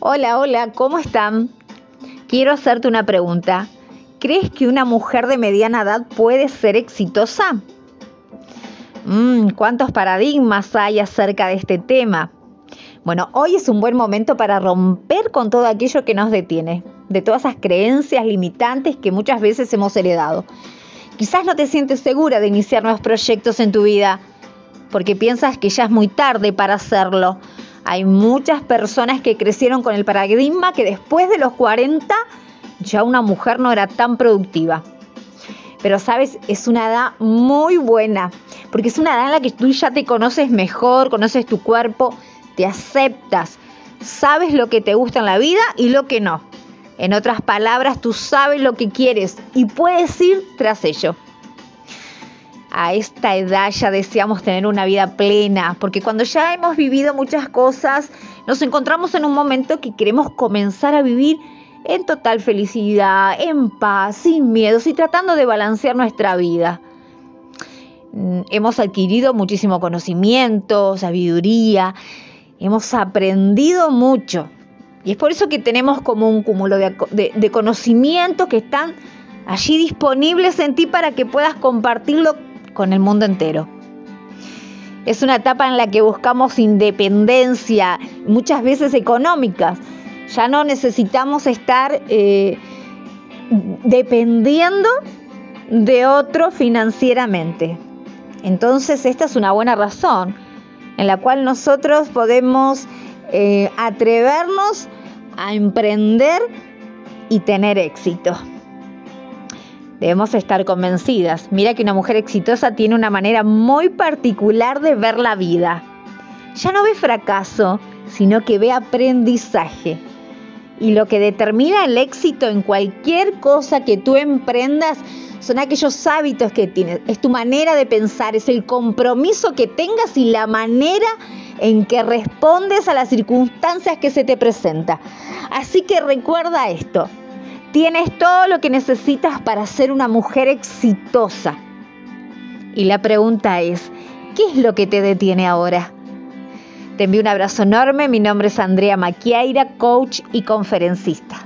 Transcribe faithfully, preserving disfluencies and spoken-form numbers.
Hola, hola, ¿cómo están? Quiero hacerte una pregunta. ¿Crees que una mujer de mediana edad puede ser exitosa? Mm, ¿cuántos paradigmas hay acerca de este tema? Bueno, hoy es un buen momento para romper con todo aquello que nos detiene, de todas esas creencias limitantes que muchas veces hemos heredado. Quizás no te sientes segura de iniciar nuevos proyectos en tu vida, porque piensas que ya es muy tarde para hacerlo. Hay muchas personas que crecieron con el paradigma que después de los cuarenta ya una mujer no era tan productiva. Pero sabes, es una edad muy buena, porque es una edad en la que tú ya te conoces mejor, conoces tu cuerpo, te aceptas, sabes lo que te gusta en la vida y lo que no. En otras palabras, tú sabes lo que quieres y puedes ir tras ello. A esta edad ya deseamos tener una vida plena, porque cuando ya hemos vivido muchas cosas, nos encontramos en un momento que queremos comenzar a vivir en total felicidad, en paz, sin miedos y tratando de balancear nuestra vida. Hemos adquirido muchísimo conocimiento, sabiduría, hemos aprendido mucho. Y es por eso que tenemos como un cúmulo de, de, de conocimientos que están allí disponibles en ti para que puedas compartirlo con el mundo entero. Es una etapa en la que buscamos independencia, muchas veces económicas. Ya no necesitamos estar eh, dependiendo de otro financieramente. Entonces esta es una buena razón en la cual nosotros podemos eh, atrevernos a emprender y tener éxito. Debemos estar convencidas. Mira que una mujer exitosa tiene una manera muy particular de ver la vida. Ya no ve fracaso, sino que ve aprendizaje. Y lo que determina el éxito en cualquier cosa que tú emprendas son aquellos hábitos que tienes. Es tu manera de pensar, es el compromiso que tengas y la manera en que respondes a las circunstancias que se te presentan. Así que recuerda esto. Tienes todo lo que necesitas para ser una mujer exitosa. Y la pregunta es, ¿qué es lo que te detiene ahora? Te envío un abrazo enorme. Mi nombre es Andrea Maquiaira, coach y conferencista.